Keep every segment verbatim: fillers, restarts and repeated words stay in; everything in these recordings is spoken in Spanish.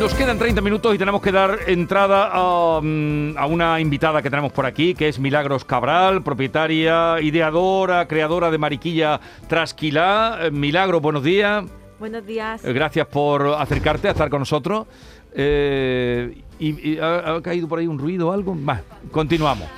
Nos quedan treinta minutos y tenemos que dar entrada a, a una invitada que tenemos por aquí, que es Milagros Cabral, propietaria, ideadora, creadora de Mariquilla Trasquilá. Milagros, buenos días. Buenos días. Gracias por acercarte a estar con nosotros. Eh, y, y ha, ha caído por ahí un ruido o algo. Va, continuamos.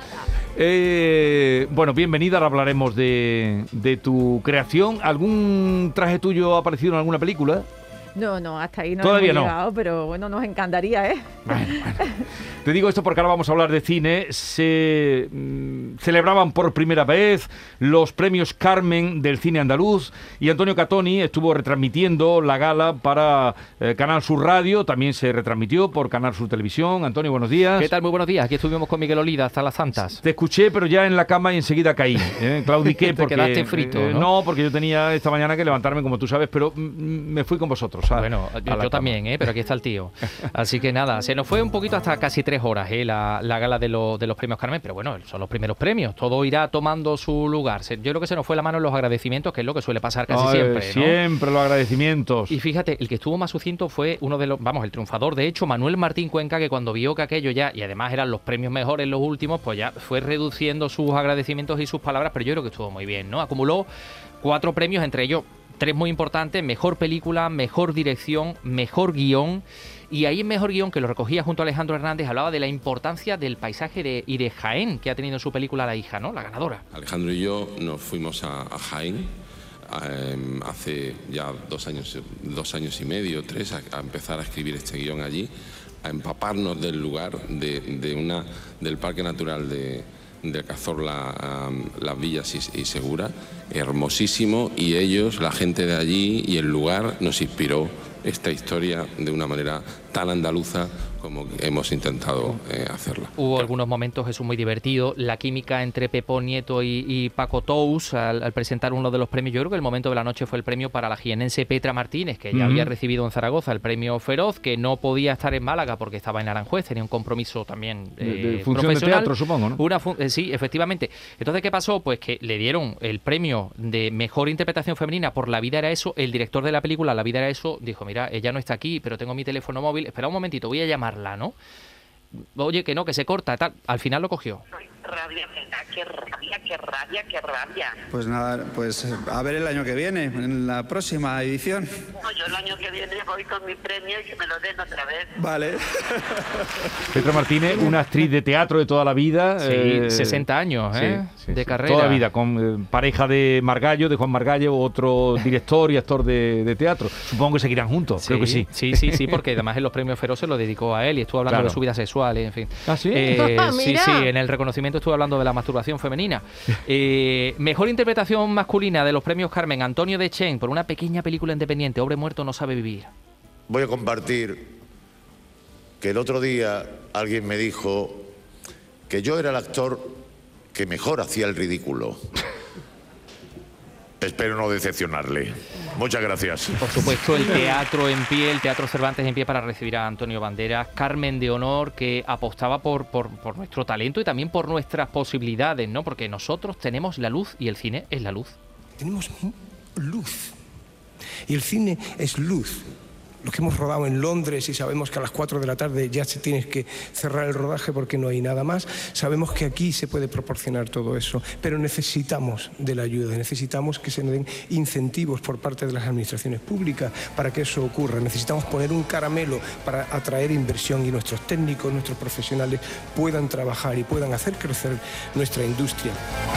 Eh, bueno, bienvenida, ahora hablaremos de, de tu creación. ¿Algún traje tuyo ha aparecido en alguna película? No, no, hasta ahí no Todavía hemos no. llegado, pero bueno, nos encantaría, ¿eh? Bueno, bueno. Te digo esto porque ahora vamos a hablar de cine. Se mmm, celebraban por primera vez los premios Carmen del cine andaluz y Antonio Catoni estuvo retransmitiendo la gala para eh, Canal Sur Radio, también se retransmitió por Canal Sur Televisión. Antonio, buenos días. ¿Qué tal? Muy buenos días. Aquí estuvimos con Miguel Olida hasta las Santas. Te escuché, pero ya en la cama y enseguida caí. ¿eh? Claudiqué porque... Te quedaste frito, eh, ¿no? No, porque yo tenía esta mañana que levantarme, como tú sabes, pero mm, me fui con vosotros. A, bueno, yo, yo también, ¿eh? Pero aquí está el tío. Así que nada, se nos fue un poquito hasta casi tres horas, ¿eh? La, la gala de, lo, de los premios Carmen, pero bueno, son los primeros premios. Todo irá tomando su lugar. Se, yo creo que se nos fue la mano en los agradecimientos, que es lo que suele pasar casi Ay, siempre, ¿no? Siempre los agradecimientos. Y fíjate, el que estuvo más sucinto fue uno de los, vamos, el triunfador, de hecho, Manuel Martín Cuenca, que cuando vio que aquello ya, y además eran los premios mejores los últimos, pues ya fue reduciendo sus agradecimientos y sus palabras, pero yo creo que estuvo muy bien, ¿no? Acumuló cuatro premios, entre ellos tres muy importantes: mejor película, mejor dirección, mejor guión. Y ahí en mejor guión, que lo recogía junto a Alejandro Hernández, hablaba de la importancia del paisaje de, y de Jaén que ha tenido en su película La hija, ¿no? La ganadora. Alejandro y yo nos fuimos a, a Jaén eh, hace ya dos años, dos años y medio, tres, a, a empezar a escribir este guión allí, a empaparnos del lugar, de, de una, del Parque Natural de... de Cazorla, um, Las Villas y, y Segura, hermosísimo, y ellos, la gente de allí y el lugar nos inspiró esta historia de una manera tan andaluza como hemos intentado eh, hacerla. Hubo algunos momentos, Jesús, muy divertidos. La química entre Pepón Nieto y, y Paco Tous al, al presentar uno de los premios. Yo creo que el momento de la noche fue el premio para la jienense Petra Martínez, que ya uh-huh. había recibido en Zaragoza el premio Feroz, que no podía estar en Málaga porque estaba en Aranjuez, tenía un compromiso también eh, de, de función profesional. De teatro, supongo, ¿no? Una fun- eh, sí, efectivamente. Entonces, ¿qué pasó? Pues que le dieron el premio de mejor interpretación femenina por La vida era eso. El director de la película La vida era eso dijo: mira, ella no está aquí, pero tengo mi teléfono móvil, espera un momentito, voy a llamarla, ¿no? Oye, que no, que se corta, tal. Al final lo cogió. Rabia, qué rabia, qué rabia, qué rabia. Pues nada, pues a ver el año que viene, en la próxima edición. No, yo el año que viene voy con mi premio y que me lo den otra vez. Vale. Petra Martínez, una actriz de teatro de toda la vida. Sí, eh, sesenta años, ¿eh? Sí, sí, de sí, carrera. Toda la vida, con eh, pareja de Margallo, de Juan Margallo, otro director y actor de, de teatro. Supongo que seguirán juntos, Sí, creo que sí. Sí, sí, sí, porque además en los premios Feroz se lo dedicó a él y estuvo hablando Claro. de su vida sexual, en fin. ¿Ah, sí? Eh, sí, Mira. sí, en el reconocimiento estuvo hablando de la masturbación femenina. Eh, mejor interpretación masculina de los premios Carmen, Antonio Dechen, por una pequeña película independiente, Hombre muerto no sabe vivir. Voy a compartir que el otro día alguien me dijo que yo era el actor que mejor hacía el ridículo. Espero no decepcionarle. Muchas gracias. Por supuesto, el teatro en pie, el Teatro Cervantes en pie para recibir a Antonio Banderas. Carmen de Honor, que apostaba por, por, por nuestro talento y también por nuestras posibilidades, ¿no? Porque nosotros tenemos la luz y el cine es la luz. Tenemos luz. Y el cine es luz. Lo que hemos rodado en Londres y sabemos que a las cuatro de la tarde ya se tiene que cerrar el rodaje porque no hay nada más. Sabemos que aquí se puede proporcionar todo eso, pero necesitamos de la ayuda, necesitamos que se nos den incentivos por parte de las administraciones públicas para que eso ocurra. Necesitamos poner un caramelo para atraer inversión y nuestros técnicos, nuestros profesionales puedan trabajar y puedan hacer crecer nuestra industria.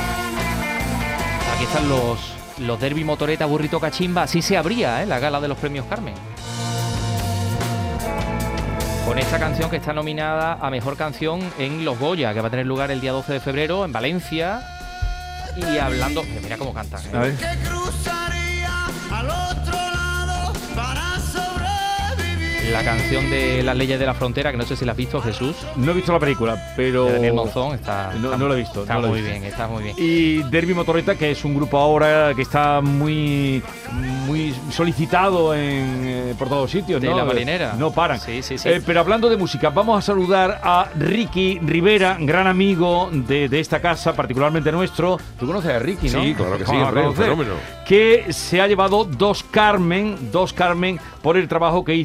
Aquí están los, los derbi motoreta, burrito cachimba. Así se abría, ¿eh? La gala de los premios Carmen. Con esta canción que está nominada a Mejor Canción en Los Goya, que va a tener lugar el día doce de febrero en Valencia. Y hablando... Mira cómo cantan, ¿eh? A ver. La canción de Las Leyes de la Frontera, que no sé si la has visto, Jesús. No he visto la película, pero... De Daniel Monzón, está... No, está, no lo he visto. Está no lo he muy visto. bien, está muy bien. Y Derbi Motoreta, que es un grupo ahora que está muy muy solicitado en, eh, por todos sitios, De ¿no? La Marinera. No paran. Sí, sí, sí. Eh, pero hablando de música, vamos a saludar a Ricky Rivera, gran amigo de, de esta casa, particularmente nuestro. ¿Tú conoces a Ricky, no? Sí, claro que sí, Vamos a hombre, un conocer. fenómeno. Que se ha llevado dos Carmen, dos Carmen por el trabajo que hizo para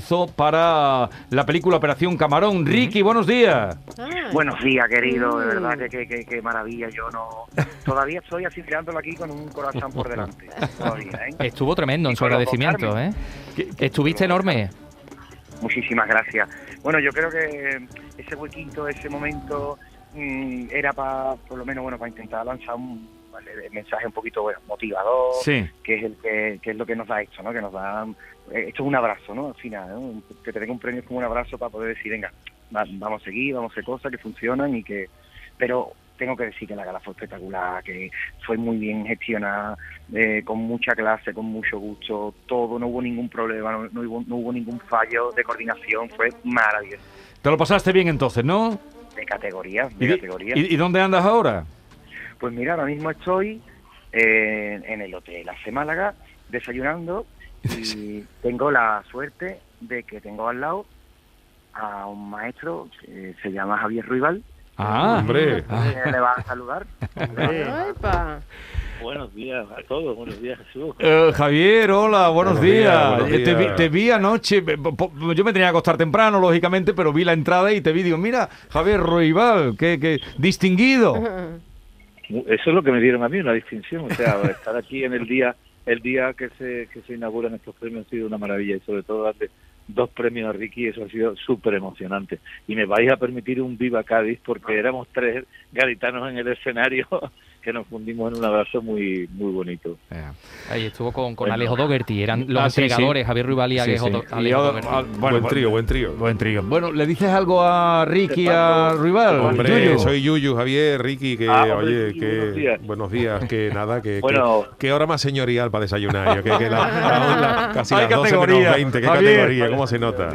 para la película Operación Camarón. Ricky, buenos días. Ah, Buenos días, querido, de Mm. verdad que, que, que, que maravilla. Yo no. Todavía estoy así tirándolo aquí con un corazón por delante. Todavía, ¿eh? Estuvo tremendo en Y su con los agradecimiento, Carmen. ¿eh? Estuviste enorme. Muchísimas gracias. Bueno, yo creo que ese huequito, ese momento, mmm, era para, por lo menos, bueno, para intentar lanzar un vale, mensaje un poquito bueno, motivador, Sí. que es el que, que es lo que nos da esto, ¿no? Que nos da eh, esto es un abrazo, ¿no? Al final, ¿no? Que te den un premio es como un abrazo para poder decir, venga, va- vamos a seguir, vamos a hacer cosas que funcionan y que, pero tengo que decir que la gala fue espectacular, que fue muy bien gestionada, eh, con mucha clase, con mucho gusto, todo, no hubo ningún problema, no, no hubo, no hubo ningún fallo de coordinación, fue maravilloso. Te lo pasaste bien entonces, ¿no? De categoría, ¿Y, de di- categoría. y- y dónde andas ahora? Pues mira, ahora mismo estoy eh, en el hotel Ace Málaga desayunando y tengo la suerte de que tengo al lado a un maestro que se llama Javier Ruibal. Ah, Hombre. que le va a saludar. Epa. Buenos días a todos, buenos días Jesús. Eh, Javier, hola, buenos, Buenos días. días, buenos Eh, Te, vi, días. te vi anoche, eh, po- po- yo me tenía que acostar temprano, lógicamente, pero vi la entrada y te vi, digo, mira, Javier Roibal, qué, qué distinguido. Eso es lo que me dieron a mí, una distinción, o sea, estar aquí en el día el día que se que se inauguran estos premios ha sido una maravilla y sobre todo darle dos premios a Ricky, eso ha sido súper emocionante. Y me vais a permitir un Viva Cádiz porque éramos tres gaditanos en el escenario que nos fundimos en un abrazo muy muy bonito. Ahí estuvo con, con Bueno. Alejo Dougherty, eran los Ah, sí, entregadores, sí. Javier Ruibal y Sí, Alejo, sí. Do- Y Alejo ahora- Dougherty. ah, bueno, buen trío, buen trío. Buen trío. Bueno, ¿le dices algo a Ricky y a Ruibal? Hombre, Yuyu? soy Yuyu, Javier, Ricky, que Ah, hombre, oye, Yuyu, que buenos días. buenos días, que nada, que, Bueno. que, que hora más señorial para desayunar, yo, que, que la, la- la- casi Hay las doce categoría, menos veinte, qué Javier. categoría, cómo se nota.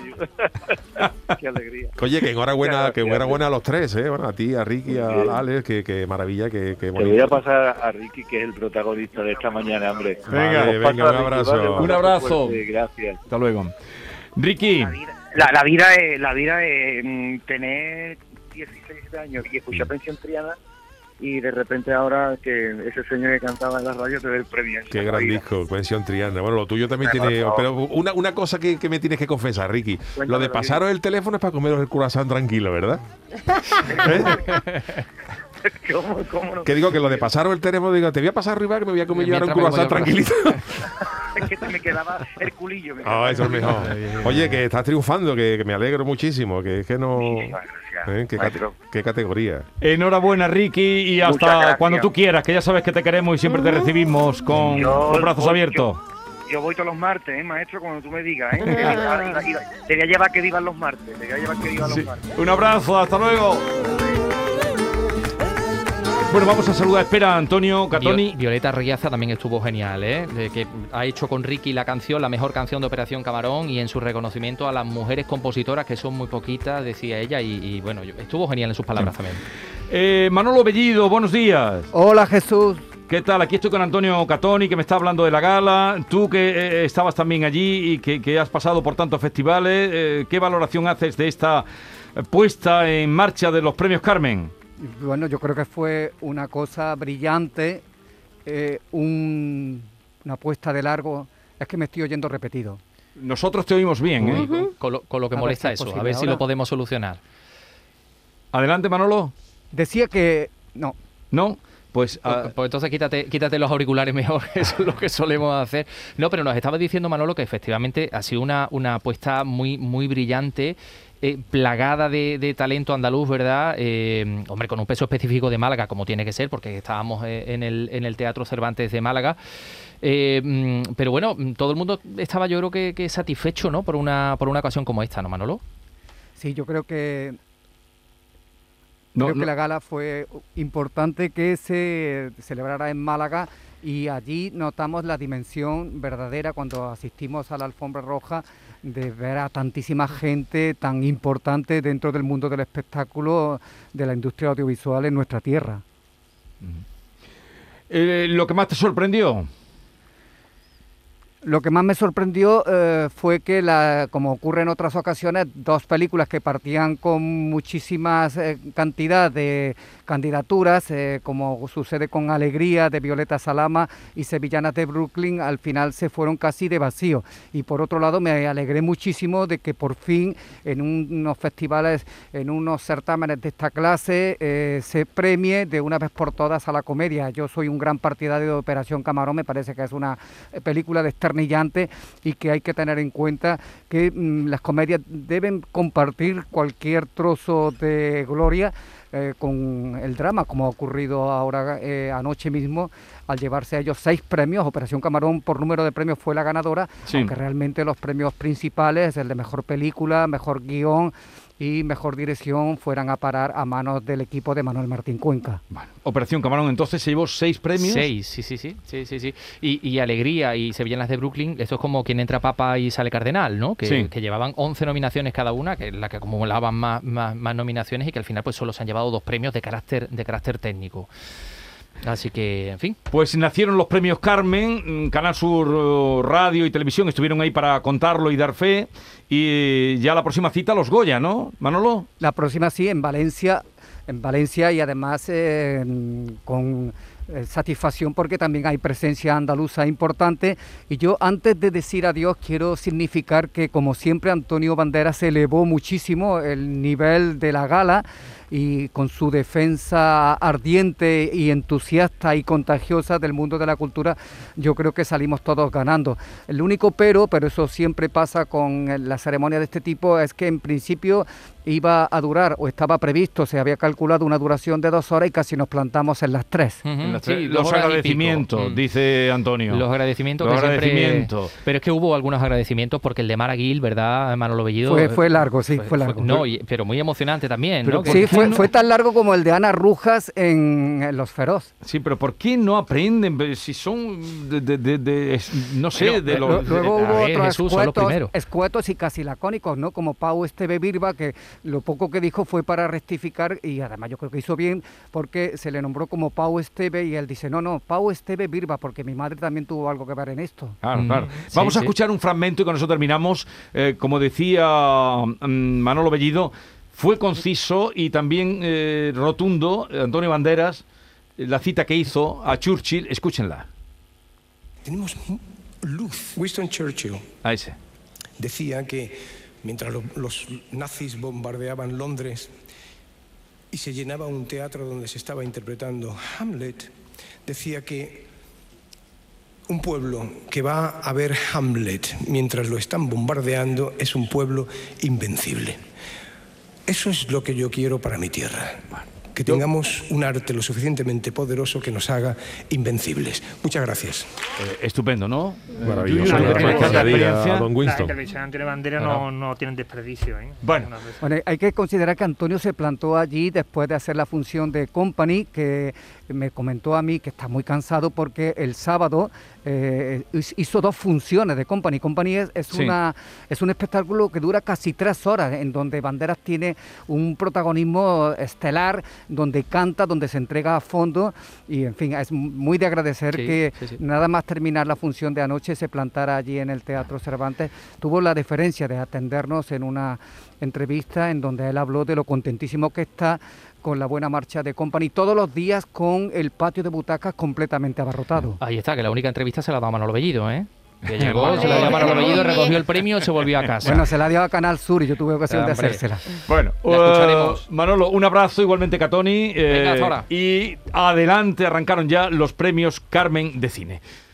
Qué alegría. Oye, que enhorabuena, Muchas que gracias. enhorabuena a los tres, ¿eh? Bueno, a ti, a Ricky, a Bien. Alex, que, que maravilla, que, que Te voy bonito. a pasar a Ricky, que es el protagonista de esta mañana, hombre. Venga. Vale, Os paso venga, a un Ricky, abrazo. ¿vale? Un abrazo. Fuerte, gracias. Hasta luego. Ricky, La vida, la, la vida es, la vida es mm, tener dieciséis años y escuchar Pensión Triana y de repente ahora que ese señor que cantaba en la radio te dé el premio. Esa Qué es la gran vida. disco, Pensión Triana. Bueno, lo tuyo también Me tiene... pasó. Pero una, una cosa que, que me tienes que confesar, Ricky. Lo de Cuéntamelo, pasaros el teléfono es para comeros el croissant tranquilo, ¿verdad? ¿Eh? ¿Cómo, cómo no? Que digo que lo de pasaros el teléfono, digo, te voy a pasar arriba que me voy a comer yo ahora un Mientras me croissant como yo tranquilito. Es que se me quedaba el culillo. me Ah, quedaba eso es el mejor. culillo. Oye, que estás triunfando, que, que me alegro muchísimo, que es que no... Muchísimas gracias, ¿Eh? ¿Qué, maestro. cate- qué categoría? enhorabuena Ricky y Muchas hasta gracias. cuando tú quieras, que ya sabes que te queremos y siempre te recibimos con, Yo con brazos voy- abiertos. Yo, yo voy todos los martes, ¿eh, maestro, cuando tú me digas, ¿eh? Que viva- iba- iba- Te voy a llevar que vivan los martes, te voy a llevar que vivan Sí. los martes. Un abrazo, hasta luego. Bueno, vamos a saludar, espera, Antonio Catoni. Vio- Violeta Reguiaza también estuvo genial, ¿eh? De que ha hecho con Ricky la canción, la mejor canción de Operación Camarón, y en su reconocimiento a las mujeres compositoras, que son muy poquitas, decía ella, y, y bueno, yo- estuvo genial en sus palabras también. Eh, Manolo Bellido, buenos días. Hola Jesús. ¿Qué tal? Aquí estoy con Antonio Catoni, que me está hablando de la gala. Tú que eh, estabas también allí y que, que has pasado por tantos festivales, eh, ¿qué valoración haces de esta eh, puesta en marcha de los premios Carmen? Bueno, yo creo que fue una cosa brillante, eh, un- una puesta de largo. Es que me estoy oyendo repetido. Nosotros te oímos bien, ¿eh? Con, con lo, con lo que A ver molesta si es eso, a posible ver si ahora. lo podemos solucionar. Adelante, Manolo. Decía que... No, ¿No? Pues... ah, Pues, pues entonces quítate, quítate los auriculares mejor, eso es lo que solemos hacer. No, pero nos estaba diciendo Manolo que efectivamente ha sido una, una apuesta muy, muy brillante, eh, plagada de, de talento andaluz, ¿verdad? Eh, hombre, con un peso específico de Málaga, como tiene que ser, porque estábamos eh, en, el, en el Teatro Cervantes de Málaga. Eh, mm, pero bueno, mm, todo el mundo estaba, yo creo que, que satisfecho, ¿no? Por una, por una ocasión como esta, ¿no, Manolo? sí, yo creo que... no, creo no. que la gala fue importante que se celebrara en Málaga y allí notamos la dimensión verdadera cuando asistimos a la alfombra roja de ver a tantísima gente tan importante dentro del mundo del espectáculo, de la industria audiovisual en nuestra tierra. Eh, ¿Lo que más te sorprendió? Lo que más me sorprendió eh, fue que, la, como ocurre en otras ocasiones, dos películas que partían con muchísimas eh, cantidad de candidaturas, eh, como sucede con Alegría de Violeta Salama y Sevillanas de Brooklyn, al final se fueron casi de vacío. Y por otro lado me alegré muchísimo de que por fin en un, unos festivales, en unos certámenes de esta clase, eh, se premie de una vez por todas a la comedia. Yo soy un gran partidario de Operación Camarón, me parece que es una película desternillante y que hay que tener en cuenta que mmm, las comedias deben compartir cualquier trozo de gloria eh, con el drama, como ha ocurrido ahora eh, anoche mismo, al llevarse a ellos seis premios. Operación Camarón por número de premios fue la ganadora, sí. Aunque realmente los premios principales, el de mejor película, mejor guión y mejor dirección, fueran a parar a manos del equipo de Manuel Martín Cuenca. Bueno, Operación Camarón entonces se llevó seis premios. Seis, sí, sí, sí, sí, sí, sí. Y, y Alegría y Sevillanas de Brooklyn, esto es como quien entra papa y sale cardenal, ¿no? Que, sí. que llevaban once nominaciones cada una, que es la que acumulaban más, más, más nominaciones y que al final pues solo se han llevado dos premios de carácter, de carácter técnico. Así que, en fin. Pues nacieron los premios Carmen, Canal Sur Radio y Televisión estuvieron ahí para contarlo y dar fe, y ya la próxima cita los Goya, ¿no, Manolo? La próxima sí, en Valencia, en Valencia y además eh, con eh, satisfacción porque también hay presencia andaluza importante. Y yo, antes de decir adiós, quiero significar que, como siempre, Antonio Banderas elevó muchísimo el nivel de la gala, y con su defensa ardiente y entusiasta y contagiosa del mundo de la cultura, yo creo que salimos todos ganando. El único pero, pero eso siempre pasa con la ceremonia de este tipo, es que en principio iba a durar, o estaba previsto, se había calculado una duración de dos horas y casi nos plantamos en las tres. Uh-huh. en las tres. Sí, los agradecimientos, mm. dice Antonio. Los agradecimientos. Los que agradecimientos. Siempre... Pero es que hubo algunos agradecimientos porque el de Mara Gil, ¿verdad, Manolo Bellido? Fue, fue largo, sí, fue, fue largo. Fue, no, y, pero muy emocionante también, pero ¿no? Sí, fue, no? fue tan largo como el de Ana Rujas en, en Los Feroz. Sí, pero ¿por qué no aprenden? Si son de, de, de, de no sé, pero, de los... Luego de, hubo ver, otros Jesús, escuetos, escuetos y casi lacónicos, ¿no? Como Pau Esteve Birba, que lo poco que dijo fue para rectificar, y además yo creo que hizo bien porque se le nombró como Pau Esteve y él dice, no, no, Pau Esteve Birba, porque mi madre también tuvo algo que ver en esto. Claro, mm. claro. Vamos sí, a sí. escuchar un fragmento y con eso terminamos. Eh, como decía um, Manolo Bellido, fue conciso y también eh, rotundo Antonio Banderas, la cita que hizo a Churchill. Escúchenla. Tenemos luz. Winston Churchill a ese. decía que mientras lo, los nazis bombardeaban Londres y se llenaba un teatro donde se estaba interpretando Hamlet, decía que un pueblo que va a ver Hamlet mientras lo están bombardeando es un pueblo invencible. Eso es lo que yo quiero para mi tierra. Que tengamos un arte lo suficientemente poderoso que nos haga invencibles. Muchas gracias. Eh, estupendo, ¿no? Maravilloso. La Don Winston. La intervención de Antonio Banderas no, no tiene desperdicio, ¿eh? Bueno. bueno, hay que considerar que Antonio se plantó allí después de hacer la función de Company, que me comentó a mí que está muy cansado porque el sábado eh, hizo dos funciones de Company. Company es, es, sí. una, es un espectáculo que dura casi tres horas, en donde Banderas tiene un protagonismo estelar, donde canta, donde se entrega a fondo, y en fin, es muy de agradecer sí, que sí, sí. nada más terminar la función de anoche se plantara allí en el Teatro Cervantes. Tuvo la deferencia de atendernos en una entrevista en donde él habló de lo contentísimo que está con la buena marcha de Company, todos los días con el patio de butacas completamente abarrotado. Ahí está, que la única entrevista se la da a Manolo Bellido, ¿eh? Que llegó, se la dio a Manolo Bellido, recogió el premio y se volvió a casa. Bueno, se la dio a Canal Sur y yo tuve ocasión ah, de hacérsela. Bueno, uh, Manolo, un abrazo, igualmente Catoni. Eh, Venga, hasta ahora. Y adelante, arrancaron ya los premios Carmen de Cine.